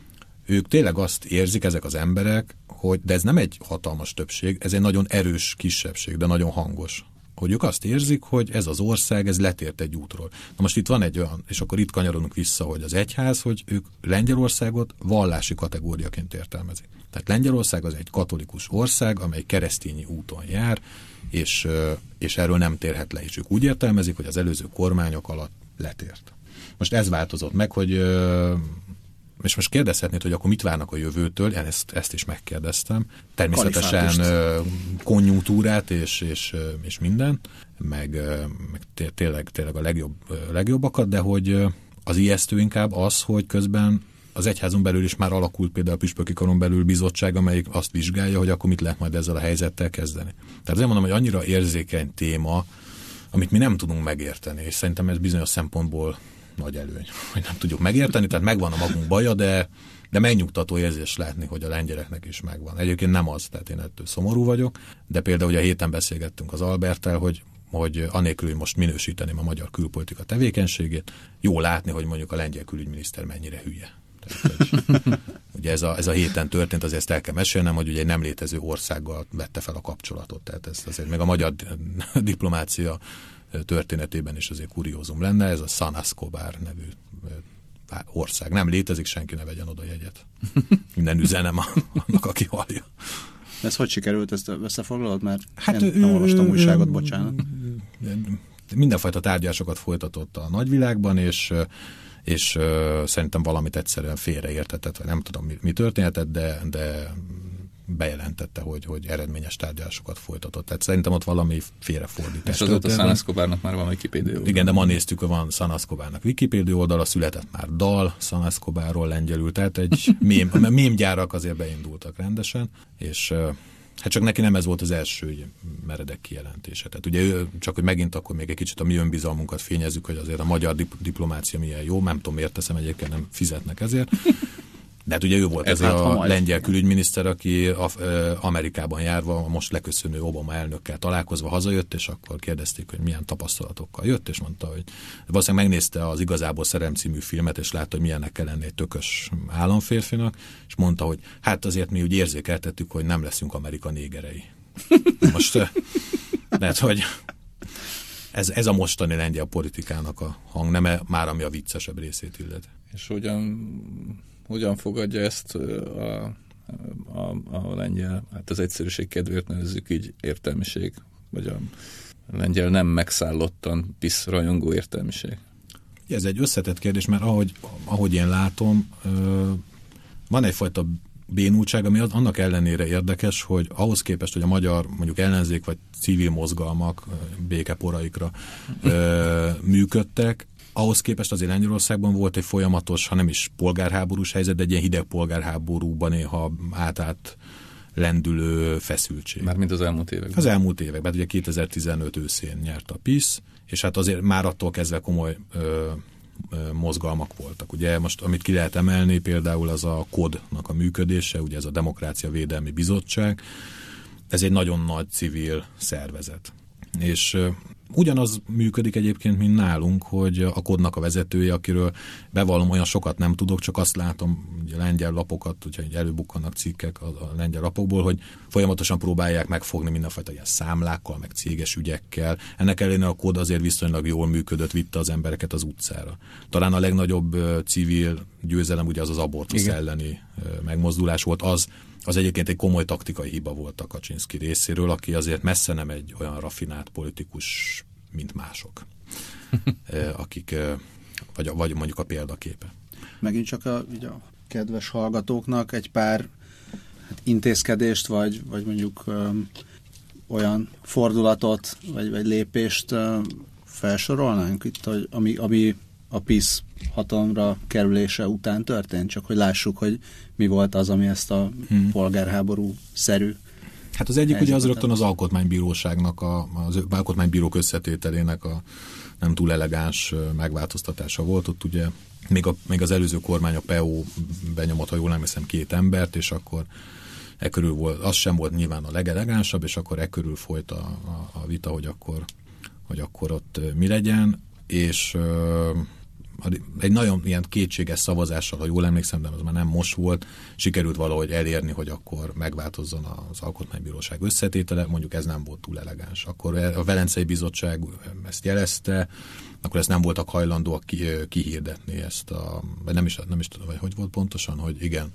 ők tényleg azt érzik, ezek az emberek, hogy, de ez nem egy hatalmas többség, ez egy nagyon erős kisebbség, de nagyon hangos. Hogy ők azt érzik, hogy ez az ország, ez letért egy útról. Na most itt van egy olyan, és akkor itt kanyarodunk vissza, hogy az egyház, hogy ők Lengyelországot vallási kategóriaként értelmezik. Tehát Lengyelország az egy katolikus ország, amely keresztényi úton jár, és erről nem térhet le. És ők úgy értelmezik, hogy az előző kormányok alatt letért. Most ez változott meg, hogy és most kérdezhetnéd, hogy akkor mit várnak a jövőtől, én ezt is megkérdeztem. Természetesen konjunktúrát és minden, meg tényleg a legjobbakat, de hogy az ijesztő inkább az, hogy közben az egyházon belül is már alakult például a püspöki karon belül bizottság, amelyik azt vizsgálja, hogy akkor mit lehet majd ezzel a helyzettel kezdeni. Tehát azért mondom, hogy annyira érzékeny téma, amit mi nem tudunk megérteni, és szerintem ez bizonyos szempontból nagy előny, hogy nem tudjuk megérteni, tehát megvan a magunk baja, de megnyugtató érzés látni, hogy a lengyeleknek is megvan. Egyébként nem az, tehát én ettől szomorú vagyok, de például ugye a héten beszélgettünk az Alberttel, hogy anélkül, hogy most minősíteném a magyar külpolitika tevékenységét, jó látni, hogy mondjuk a lengyel külügyminiszter mennyire hülye. Tehát, ugye ez a héten történt, azért ezt el kell mesélnem, hogy ugye egy nem létező országgal vette fel a kapcsolatot, tehát ez azért meg a magyar diplomácia történetében is azért kuriózum lenne, ez a San Escobar nevű ország. Nem létezik, senki ne vegyen oda jegyet. Minden üzenem annak, aki hallja. Ez hogy sikerült, ezt összefoglalod? Mert hát én nem olvastam újságot, bocsánat. Mindenfajta tárgyalásokat folytatott a nagyvilágban, és szerintem valamit egyszerűen félreértetett, vagy nem tudom, mi történhetett, de bejelentette, hogy eredményes tárgyalásokat folytatott. Tehát szerintem ott valami félrefordítás. És azóta San Escobarnak már van Wikipédia oldal. Igen, de ma néztük, hogy van San Escobarnak Wikipédia oldala, született már dal San Escobarról lengyelül, tehát egy mémgyárak azért beindultak rendesen, és hát csak neki nem ez volt az első meredek kijelentése. Tehát ugye ő, csak hogy megint akkor még egy kicsit a mi önbizalmunkat fényezzük, hogy azért a magyar diplomácia milyen jó, nem tudom, miért teszem, egyébként nem fizetnek ezért. De hát ugye ő volt ez a lengyel külügyminiszter, aki Amerikában járva, a most leköszönő Obama elnökkel találkozva hazajött, és akkor kérdezték, hogy milyen tapasztalatokkal jött, és mondta, hogy valószínűleg megnézte az Igazából Szerelem című filmet, és látta, hogy milyennek kell lenni egy tökös államférfinak, és mondta, hogy hát azért mi úgy érzékeltettük, hogy nem leszünk Amerika négerei. Most lehet, hogy ez a mostani lengyel politikának a hangneme, már ami a viccesebb részét illet. És hogyan fogadja ezt a lengyel, hát az egyszerűség kedvéért nevezzük így értelmiség, vagy a lengyel nem megszállottan PiS rajongó értelmiség? Ez egy összetett kérdés, mert ahogy én látom, van egyfajta bénultság, ami annak ellenére érdekes, hogy ahhoz képest, hogy a magyar mondjuk ellenzék vagy civil mozgalmak békeporaikra működtek, ahhoz képest azért Lengyelországban volt egy folyamatos, ha nem is polgárháborús helyzet, de egy ilyen hideg polgárháborúban néha át lendülő feszültség. Mármint az elmúlt években. Az elmúlt években, ugye 2015 őszén nyert a PiS, és hát azért már attól kezdve komoly mozgalmak voltak. Ugye most, amit ki lehet emelni, például az a KOD-nak a működése, ugye ez a Demokrácia Védelmi Bizottság, ez egy nagyon nagy civil szervezet. És ugyanaz működik egyébként, mint nálunk, hogy a KOD-nak a vezetője, akiről bevallom, olyan sokat nem tudok, csak azt látom, ugye lengyel lapokat, úgyhogy előbukkannak cikkek a lengyel lapokból, hogy folyamatosan próbálják megfogni mindenfajta ilyen számlákkal, meg céges ügyekkel. Ennek ellenére a KOD azért viszonylag jól működött, vitte az embereket az utcára. Talán a legnagyobb civil győzelem ugye az abortusz elleni megmozdulás volt, az egyébként egy komoly taktikai hiba volt a Kaczynszki részéről, aki azért messze nem egy olyan raffinált politikus, mint mások, akik, vagy mondjuk a példaképe. Megint csak a kedves hallgatóknak egy pár intézkedést, vagy mondjuk olyan fordulatot, vagy lépést felsorolnánk itt, hogy ami a PiS hatalomra kerülése után történt, csak hogy lássuk, hogy mi volt az, ami ezt a polgárháború-szerű. Hát az egyik ugye az rögtön az alkotmánybíróságnak, az alkotmánybírók összetételének a nem túl elegáns megváltoztatása volt. Ott ugye még az előző kormány, a PO benyomott, ha jól nem hiszem, 2 embert, és akkor ekkörül volt, az sem volt nyilván a legelegánsabb, és akkor ekkörül folyt a vita, hogy akkor ott mi legyen, és egy nagyon ilyen kétséges szavazással, ha jól emlékszem, de az már nem most volt, sikerült valahogy elérni, hogy akkor megváltozzon az Alkotmánybíróság összetétele, mondjuk ez nem volt túl elegáns. Akkor a Velencei Bizottság ezt jelezte, akkor ezt nem voltak hajlandóak kihirdetni ezt vagy nem is tudom, vagy hogy volt pontosan, hogy igen,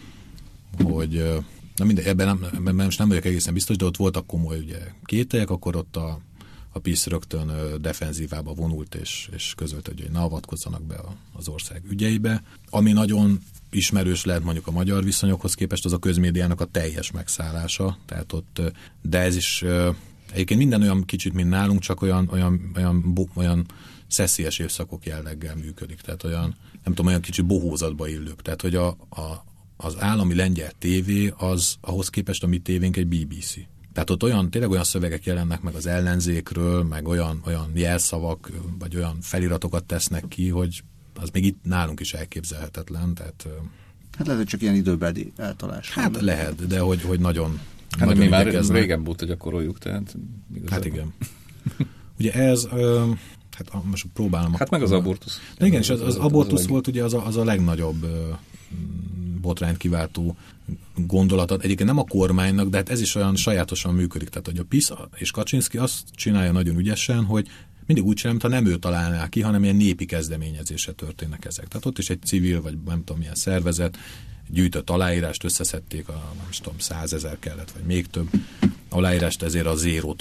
hogy ebben most nem vagyok egészen biztos, de ott voltak komoly ugye, kételyek, akkor ott a PiS rögtön defenzívába vonult, és közölte, hogy ne avatkozzanak be az ország ügyeibe. Ami nagyon ismerős lehet mondjuk a magyar viszonyokhoz képest, az a közmédiának a teljes megszállása. Tehát ott, de ez is egyébként minden olyan kicsit, mint nálunk, csak olyan szeszélyes évszakok jelleggel működik. Tehát olyan, nem tudom, olyan kicsit bohózatba illők. Tehát, hogy az állami lengyel tévé az ahhoz képest a mi tévénk egy BBC. Tehát ott tényleg olyan szövegek jelennek meg az ellenzékről, meg olyan jelszavak, vagy olyan feliratokat tesznek ki, hogy az még itt nálunk is elképzelhetetlen. Tehát, hát lehet, hogy csak ilyen időbeli eltolás. Hát van, lehet, de hogy nagyon nagyon mi már régen volt, hogy gyakoroljuk, tehát igazából. Hát igen. Ugye ez, hát most próbálom. Hát meg az abortusz. De igen, és az abortusz volt ugye az a legnagyobb botrányt kiváltó gondolatot. Egyébként nem a kormánynak, de hát ez is olyan sajátosan működik. Tehát, hogy a PiS és Kaczynszki azt csinálja nagyon ügyesen, hogy mindig úgy csinálja, mintha nem ő találná ki, hanem ilyen népi kezdeményezése történnek ezek. Tehát ott is egy civil, vagy nem tudom milyen szervezet gyűjtött aláírást, összeszedték nem tudom, 100 000 kellett, vagy még több aláírást ezért a zéró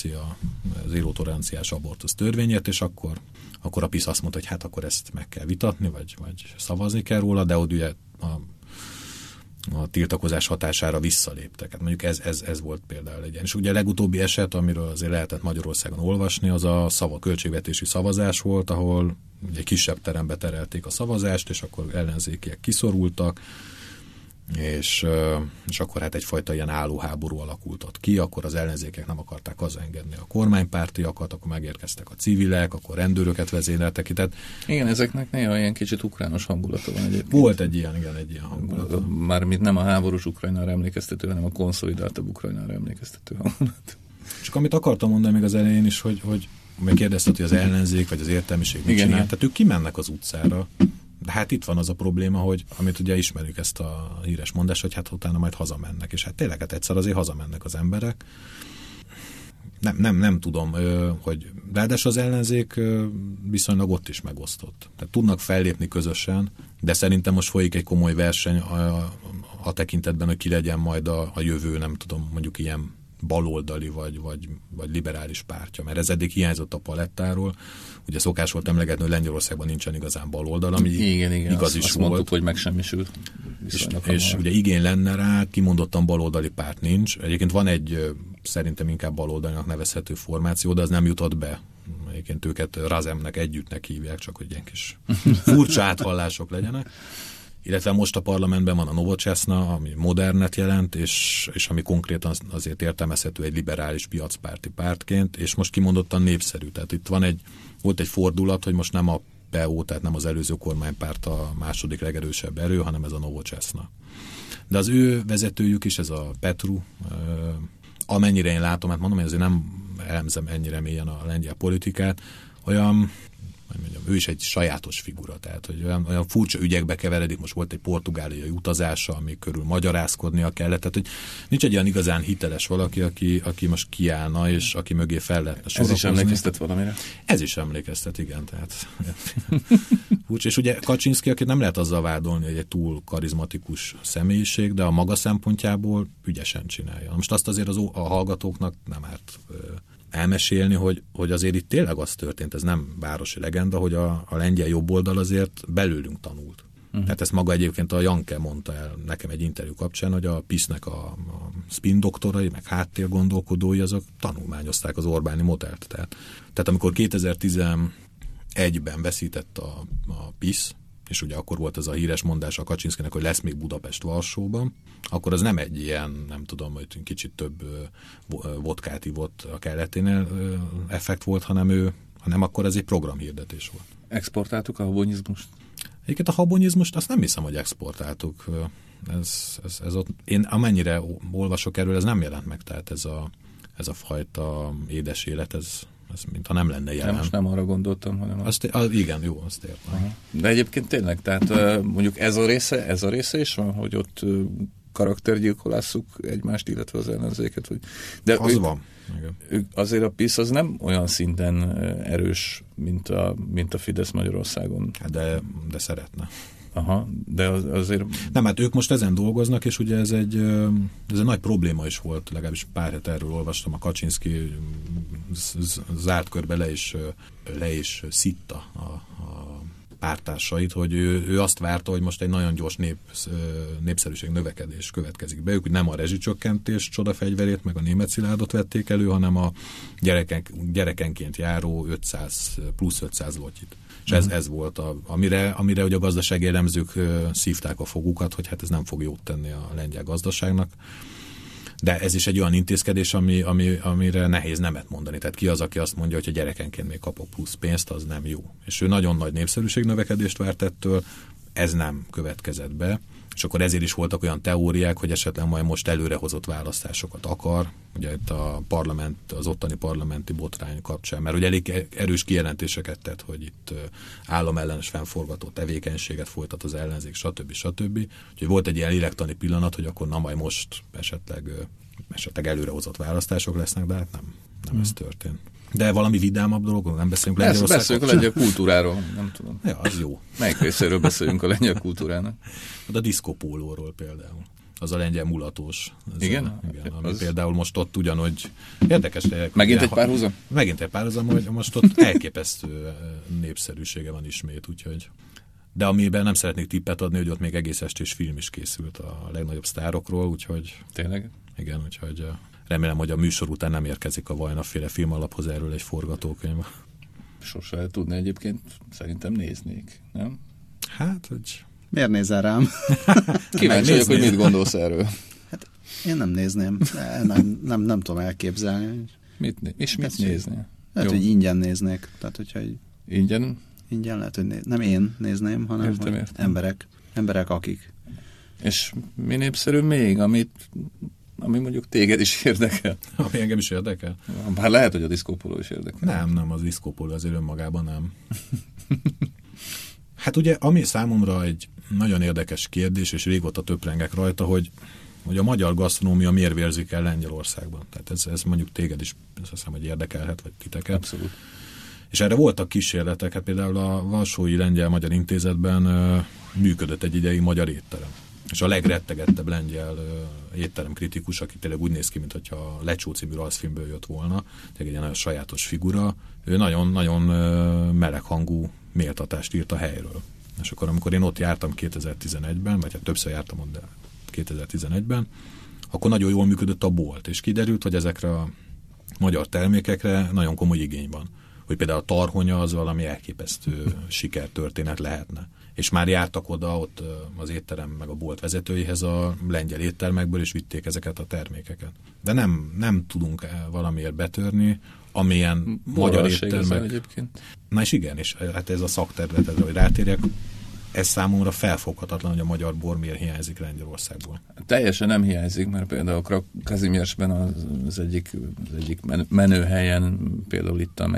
toleranciás abortusz törvényért, és akkor a PiS azt mondta, hogy hát akkor ezt meg kell vitatni, vagy szavazni kell róla, de ott ugye a tiltakozás hatására visszaléptek. Hát mondjuk ez volt például egy. És ugye a legutóbbi eset, amiről azért lehetett Magyarországon olvasni, az a költségvetési szavazás volt, ahol ugye kisebb terembe terelték a szavazást, és akkor ellenzékiek kiszorultak, és akkor hát egyfajta ilyen állóháború alakult ott ki, akkor az ellenzékek nem akarták hazaengedni a kormánypártiakat, akkor megérkeztek a civilek, akkor rendőröket vezényeltek ki. Tehát igen, ezeknek néha ilyen kicsit ukrános hangulata van egyébként. Volt egy ilyen hangulata. Mármint nem a háborús Ukrajnára emlékeztető, hanem a konszolidáltabb Ukrajnára emlékeztető hangulat. Csak amit akartam mondani még az elején is, hogy még kérdezted, hogy az ellenzék vagy az értelmiség mit csinál. Tehát ők kimennek az utcára. De hát itt van az a probléma, hogy amit ugye ismerjük ezt a híres mondást, hogy hát utána majd hazamennek. És hát tényleg hát egyszer azért hazamennek az emberek. Nem tudom, hogy ráadásul az ellenzék viszonylag ott is megosztott. Tehát tudnak fellépni közösen, de szerintem most folyik egy komoly verseny a tekintetben, hogy ki legyen majd a jövő, nem tudom, mondjuk ilyen baloldali vagy liberális pártja, mert ez eddig hiányzott a palettáról. Ugye szokás volt emlegetni, hogy Lengyelországban nincsen igazán baloldal, ami igen, igaz is azt volt. Mondtuk, hogy megsemmisült. És ugye igény lenne rá, kimondottan baloldali párt nincs. Egyébként van egy szerintem inkább baloldalinak nevezhető formáció, de az nem jutott be. Egyébként őket Razemnek együttnek hívják, csak hogy ilyen kis furcsa áthallások legyenek. Illetve most a parlamentben van a Nowoczesna, ami modernet jelent, és ami konkrétan azért értelmezhető egy liberális piacpárti pártként, és most kimondottan népszerű. Tehát itt volt egy fordulat, hogy most nem a PO, tehát nem az előző kormánypárt a második legerősebb erő, hanem ez a Nowoczesna. De az ő vezetőjük is, ez a Petru, amennyire én látom, hát mondom, hogy azért nem elemzem ennyire mélyen a lengyel politikát, olyan, ő is egy sajátos figura, tehát hogy olyan furcsa ügyekbe keveredik, most volt egy portugáliai utazása, ami körül magyarázkodnia kellett, tehát hogy nincs egy olyan igazán hiteles valaki, aki most kiállna, és aki mögé fel lehetne sorakozni. Ez is emlékeztet valamire? Ez is emlékeztet, igen, tehát furcsa. És ugye Kaczynszki, akit nem lehet azzal vádolni, hogy egy túl karizmatikus személyiség, de a maga szempontjából ügyesen csinálja. Most azt azért a hallgatóknak nem árt elmesélni, hogy azért itt tényleg az történt, ez nem városi legenda, hogy a lengyel jobboldal azért belőlünk tanult. Tehát ezt maga egyébként a Janke mondta el nekem egy interjú kapcsán, hogy a PiS-nek a spin doktorai, meg háttérgondolkodói, azok tanulmányozták az Orbáni modellt. Tehát amikor 2011-ben veszített a PiS, és ugye akkor volt ez a híres mondás a Kaczynszkinek, hogy lesz még Budapest Varsóban, akkor az nem egy ilyen, nem tudom, hogy kicsit több vodkát ivott a kelleténél effekt volt, hanem akkor ez egy programhirdetés volt. Exportáltuk a habonyizmust? Egyébként a habonyizmust azt nem hiszem, hogy exportáltuk. Ez ott, én amennyire olvasok erről, ez nem jelent meg, tehát ez a fajta édes élet, ez mintha nem lenne jelen. Most nem arra gondoltam, hanem... Igen, jó, azt értem. Aha. De egyébként tényleg, tehát mondjuk ez a része is van, hogy ott karaktergyilkolásszuk egymást, illetve az ellenzéket. De az van. Azért a PiS az nem olyan szinten erős, mint a Fidesz Magyarországon. De szeretne. Aha, de azért... Nem, hát ők most ezen dolgoznak, és ugye ez egy nagy probléma is volt, legalábbis pár hét erről olvastam, a Kaczynszki zárt körbe le is szitta a pártársait, hogy ő azt várta, hogy most egy nagyon gyors népszerűség növekedés következik be. Ők nem a rezsicsökkentés csodafegyverét, meg a német szilárdot vették elő, hanem a gyerekenként járó plusz 500 zlotyit. És ez volt, amire ugye a gazdasági elemzők szívták a fogukat, hogy hát ez nem fog jót tenni a lengyel gazdaságnak. De ez is egy olyan intézkedés, amire nehéz nemet mondani. Tehát ki az, aki azt mondja, hogy a gyerekenként még kapok plusz pénzt, az nem jó. És ő nagyon nagy népszerűségnövekedést várt ettől, ez nem következett be. És akkor ezért is voltak olyan teóriák, hogy esetleg majd most előrehozott választásokat akar, ugye itt az ottani parlamenti botrány kapcsán, mert ugye elég erős kijelentéseket tett, hogy itt államellenes fennforgató tevékenységet folytat az ellenzék, stb. Úgyhogy volt egy ilyen lélektani pillanat, hogy akkor majd most esetleg előrehozott választások lesznek, de hát nem ez történt. De valami vidámabb dologról nem beszélünk Lengyelországról? Beszéljünk a lengyel kultúráról, nem tudom. Ja, az jó. Melyik részéről beszéljünk a lengyel kultúrának? A diszkopólóról például. Az a lengyel mulatós. Igen? Igen, ami például most ott ugyanúgy érdekes. Megint egy párhuzam? Megint egy párhuzam, hogy most ott elképesztő népszerűsége van ismét, úgyhogy. de amiben nem szeretnék tippet adni, hogy ott még egész estés film is készült a legnagyobb sztárokról, úgyhogy... Tényleg? Igen, úgyhogy remélem, hogy a műsor után nem érkezik a Vajna-féle filmalaphoz erről egy forgatókönyv. Sose lehet tudni egyébként, szerintem néznék, nem? Hát, hogy... Miért nézel rám? Kíváncsi vagyok, hogy mit gondolsz erről. Hát én nem nézném. Nem tudom elképzelni. Mit néznél? Lehet, hogy ingyen néznék. Tehát, hogyha ingyen? Ingyen lehet, hogy nem én nézném, hanem értem. Emberek, akik. És mi népszerű még, ami mondjuk téged is érdekel? Ami engem is érdekel? Bár lehet, hogy a diszkópoló is érdekel. Nem, az diszkópoló azért önmagában nem. Hát ugye, ami számomra egy nagyon érdekes kérdés, és régóta töprengek rajta, hogy a magyar gasztronómia miért vérzik el Lengyelországban. Tehát ez mondjuk téged is, azt hiszem, hogy érdekelhet, vagy titeket. Abszolút. És erre voltak kísérletek, hát például a Varsói Lengyel-Magyar Intézetben működött egy ideig magyar étterem. És a legrettegettebb lengyel étterem kritikus, aki tényleg úgy néz ki, mintha a Lecsó című rajzfilmből jött volna, tényleg egy olyan sajátos figura, ő nagyon-nagyon meleghangú méltatást írt a helyről. És akkor, amikor én ott jártam 2011-ben, vagy hát többször jártam ott, de 2011-ben, akkor nagyon jól működött a bolt, és kiderült, hogy ezekre a magyar termékekre nagyon komoly igény van. Hogy például a tarhonya az valami elképesztő sikertörténet lehetne. És már jártak oda ott az étterem meg a bolt vezetőihez a lengyel éttermekből, és vitték ezeket a termékeket. De nem tudunk valamiért betörni, amilyen magyar éttermek. Egyébként. Na és igen, és hát ez a szakterületedre, hogy rátérjek, ez számomra felfoghatatlan, hogy a magyar bor miért hiányzik Lengyelországból. Teljesen nem hiányzik, mert például Kazimiersben az egyik menőhelyen például ittam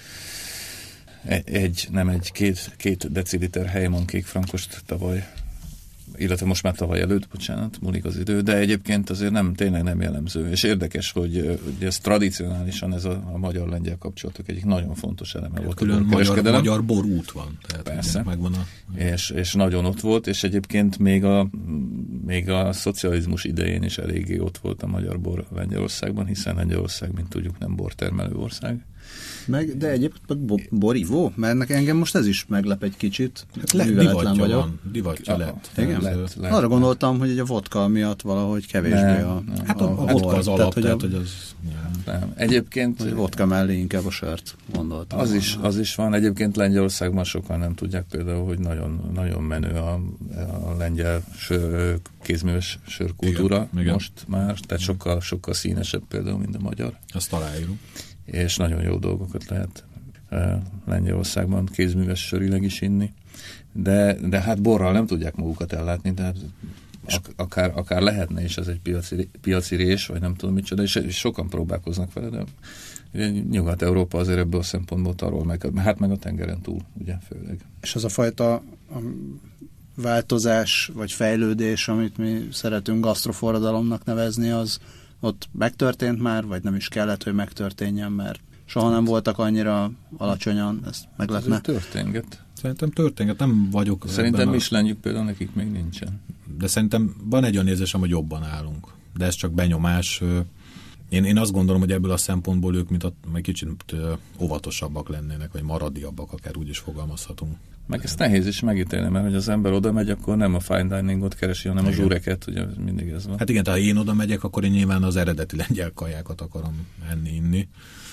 két deciliter Heymon kékfrankost tavaly, illetve most már tavaly előtt, bocsánat, múlik az idő, de egyébként azért tényleg nem jellemző. És érdekes, hogy ez tradicionálisan ez a magyar-lengyel kapcsolatok egyik nagyon fontos eleme volt. Külön magyar borút van. Tehát persze. Megvan és nagyon ott volt, és egyébként még a szocializmus idején is eléggé ott volt a magyar bor Lengyelországban, hiszen Lengyelország, mint tudjuk, nem bortermelő ország. De egyébként borivó? Mert engem most ez is meglep egy kicsit. Divatja lett. Igen? Lett. Arra gondoltam, hogy a vodka miatt valahogy kevésbé Hát a vodka az alap, tehát hogy az... Nem. Egyébként... Hogy vodka mellé inkább a sört gondoltam. Az is van. Egyébként Lengyelországban sokan nem tudják például, hogy nagyon, nagyon menő a lengyel kézműves sörkultúra most már, tehát sokkal színesebb például, mint a magyar. Azt aláírunk. És nagyon jó dolgokat lehet Lengyelországban kézműves sörileg is inni. De hát borral nem tudják magukat ellátni, tehát akár lehetne, és ez egy piaci rés, vagy nem tudom micsoda, és sokan próbálkoznak vele, de Nyugat-Európa azért ebből a szempontból tarol meg a tengeren túl, ugye főleg. És az a fajta változás, vagy fejlődés, amit mi szeretünk gasztroforradalomnak nevezni, az ott megtörtént már, vagy nem is kellett, hogy megtörténjen, mert soha nem voltak annyira alacsonyan, ezt meg lehetne. Történget. Szerintem történget, nem vagyok. Szerintem Michelinjük például nekik még nincsen. De szerintem van egy olyan érzésem, hogy jobban állunk. De ez csak benyomás. Én azt gondolom, hogy ebből a szempontból ők egy kicsit óvatosabbak lennének, vagy maradiabbak, akár úgy is fogalmazhatunk. Meg ezt nehéz is megítélni, mert hogy az ember oda megy, akkor nem a fine diningot keresi, hanem az zsureket, ugye mindig ez van. Hát igen, ha én oda megyek, akkor én nyilván az eredeti lengyel kajákat akarom inni.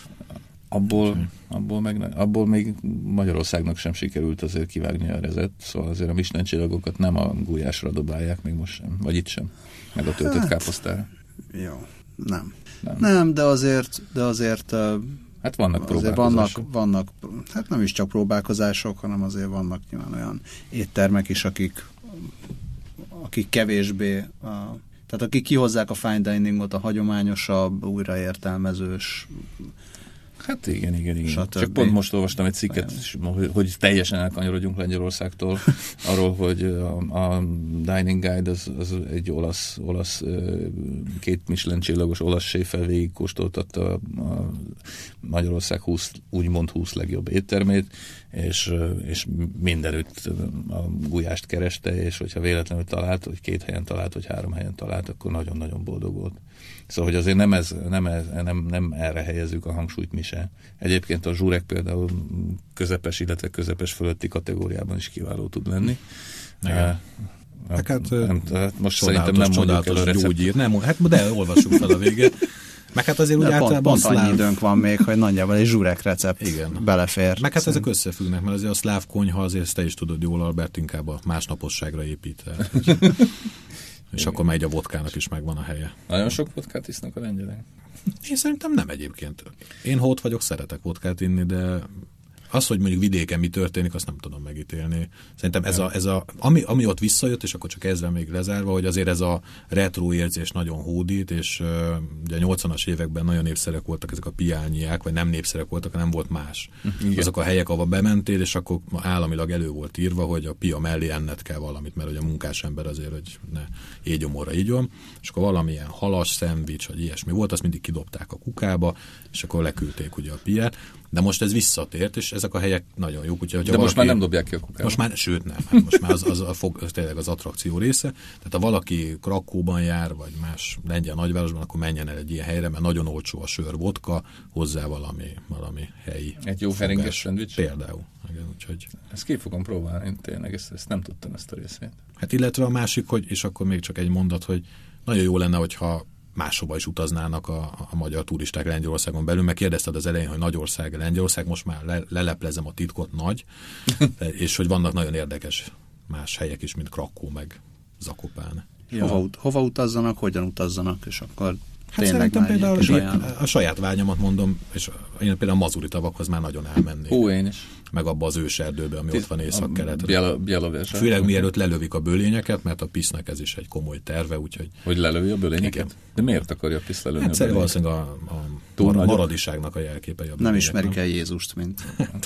Abból még Magyarországnak sem sikerült azért kivágni a rezet, szóval azért a Michelin csillagokat nem a gulyásra dobálják, még most sem, vagy itt sem, meg a töltött káposztára. Jó, nem, de azért hát vannak próbálkozások. Vannak, hát nem is csak próbálkozások, hanem azért vannak nyilván olyan éttermek is, akik kevésbé, tehát akik kihozzák a fine diningot, a hagyományosabb, újraértelmezős. Hát igen. Csak pont most olvastam egy cikket, hogy teljesen elkanyarodjunk Lengyelországtól, arról, hogy a Dining Guide az egy olasz 2 Michelin csillagos olasz séffel végigkóstoltatta Magyarország úgymond 20 legjobb éttermét, és mindenütt a gulyást kereste, és hogyha véletlenül talált, hogy 2 helyen talált, vagy 3 helyen talált, akkor nagyon-nagyon boldog volt. Szóval, hogy azért nem erre helyezzük a hangsúlyt mi se. Egyébként a zsurek például közepes, illetve közepes fölötti kategóriában is kiváló tud lenni. Most szerintem nem mondjuk el a receptet. De olvassuk fel a végét. Meg hát azért úgy általában pont annyi időnk van még, hogy nagyjából egy zsurek recept belefér. Meg hát ezek összefüggnek, mert azért a szláv konyha azért ezt te is tudod jól, Albert, inkább a másnaposságra épít. És akkor megy a vodkának is megvan a helye. Nagyon sok vodkát isznak a lengyelek? Én szerintem nem egyébként. Én hót vagyok, szeretek vodkát inni, de az, hogy mondjuk vidéken mi történik, azt nem tudom megítélni. Szerintem ami ott visszajött, és akkor csak ezzel még lezárva, hogy azért ez a retro érzés nagyon hódít, és ugye a 80-as években nagyon népszerűek voltak ezek a piálnyiák, vagy nem népszerűek voltak, hanem volt más. Igen. Azok a helyek, ahova bementél, és akkor államilag elő volt írva, hogy a pia mellé enned kell valamit, mert hogy a munkás ember azért, hogy ne égyomorra ígyom, és akkor valamilyen halas szendvics, vagy ilyesmi volt, azt mindig kidobták a kukába, és akkor leküldték ugye a piát. De most ez visszatért, és ezek a helyek nagyon jók. Úgyhogy, de most már nem dobják ki a kukába. Most már, sőt nem. Hát most már az tényleg az attrakció része. Tehát ha valaki Krakóban jár, vagy más lengyel nagyvárosban, akkor menjen el egy ilyen helyre, mert nagyon olcsó a sör, vodka, hozzá valami helyi. Egy jó heringes szendvics? Például. Igen, úgyhogy... Ezt ki fogom próbálni, én tényleg ezt nem tudtam, ezt a részét. Hát illetve a másik, hogy, és akkor még csak egy mondat, hogy nagyon jó lenne, hogyha máshova is utaznának a magyar turisták Lengyelországon belül, mert kérdezted az elején, hogy Nagyország, Lengyelország, most már leleplezem a titkot, nagy, és hogy vannak nagyon érdekes más helyek is, mint Krakó, meg Zakopán. Ja. Hova utazzanak, hogyan utazzanak, és akkor hát szerintem például a saját vágyamat mondom, és én például a mazuri tavakhoz már nagyon elmennék. Én is. Meg abba az őserdőbe, ami ott van észak-keletre. Bieloverzsa. Főleg mielőtt lelövik a bölényeket, mert a PISZ-nek ez is egy komoly terve, úgyhogy... Hogy lelövi a bölényeket? Igen. De miért akarja a PISZ lelőni a bölényeket? Valószínűleg a maradiságnak a jelképe. Nem ismerik el Jézust, mint...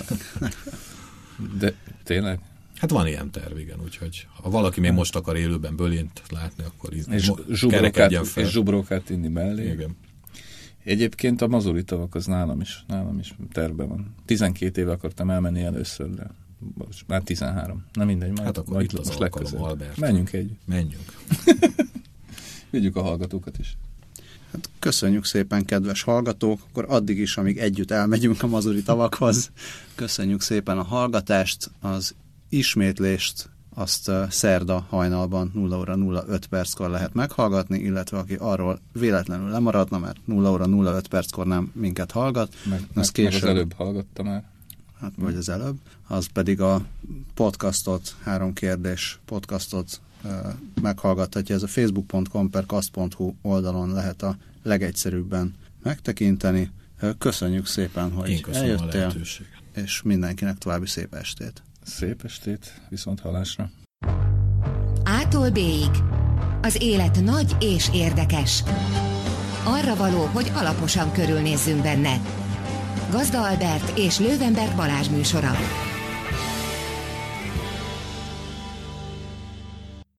De tényleg? Hát van ilyen terv, igen, úgyhogy ha valaki még most akar élőben bölényt látni, akkor és zsubrókát inni mellé. Igen. Egyébként a mazuri tavak az nálam is tervben van. 12 éve akartam elmenni először, de már 13. Nem mindegy, hát akkor itt az alkalom, Albert. Menjünk együtt. Menjünk. Vigyük a hallgatókat is. Hát köszönjük szépen, kedves hallgatók, akkor addig is, amíg együtt elmegyünk a mazuri tavakhoz. Köszönjük szépen a hallgatást, az ismétlést azt szerda hajnalban 0 óra 05 perckor lehet meghallgatni, illetve aki arról véletlenül lemaradna, mert 0 óra 05 perckor nem minket hallgat. Meg az előbb hallgatta már. Hát vagy az előbb. Az pedig a podcastot, 3 kérdés podcastot meghallgathatja. Ez a facebook.com/kast.hu oldalon lehet a legegyszerűbben megtekinteni. Köszönjük szépen, hogy eljöttél, és mindenkinek további szép estét. Szép estét, viszont hallásra. A-tól B-ig. Az élet nagy és érdekes. Arra való, hogy alaposan körülnézzünk benne. Gazda Albert és Löwenberg Balázs műsora.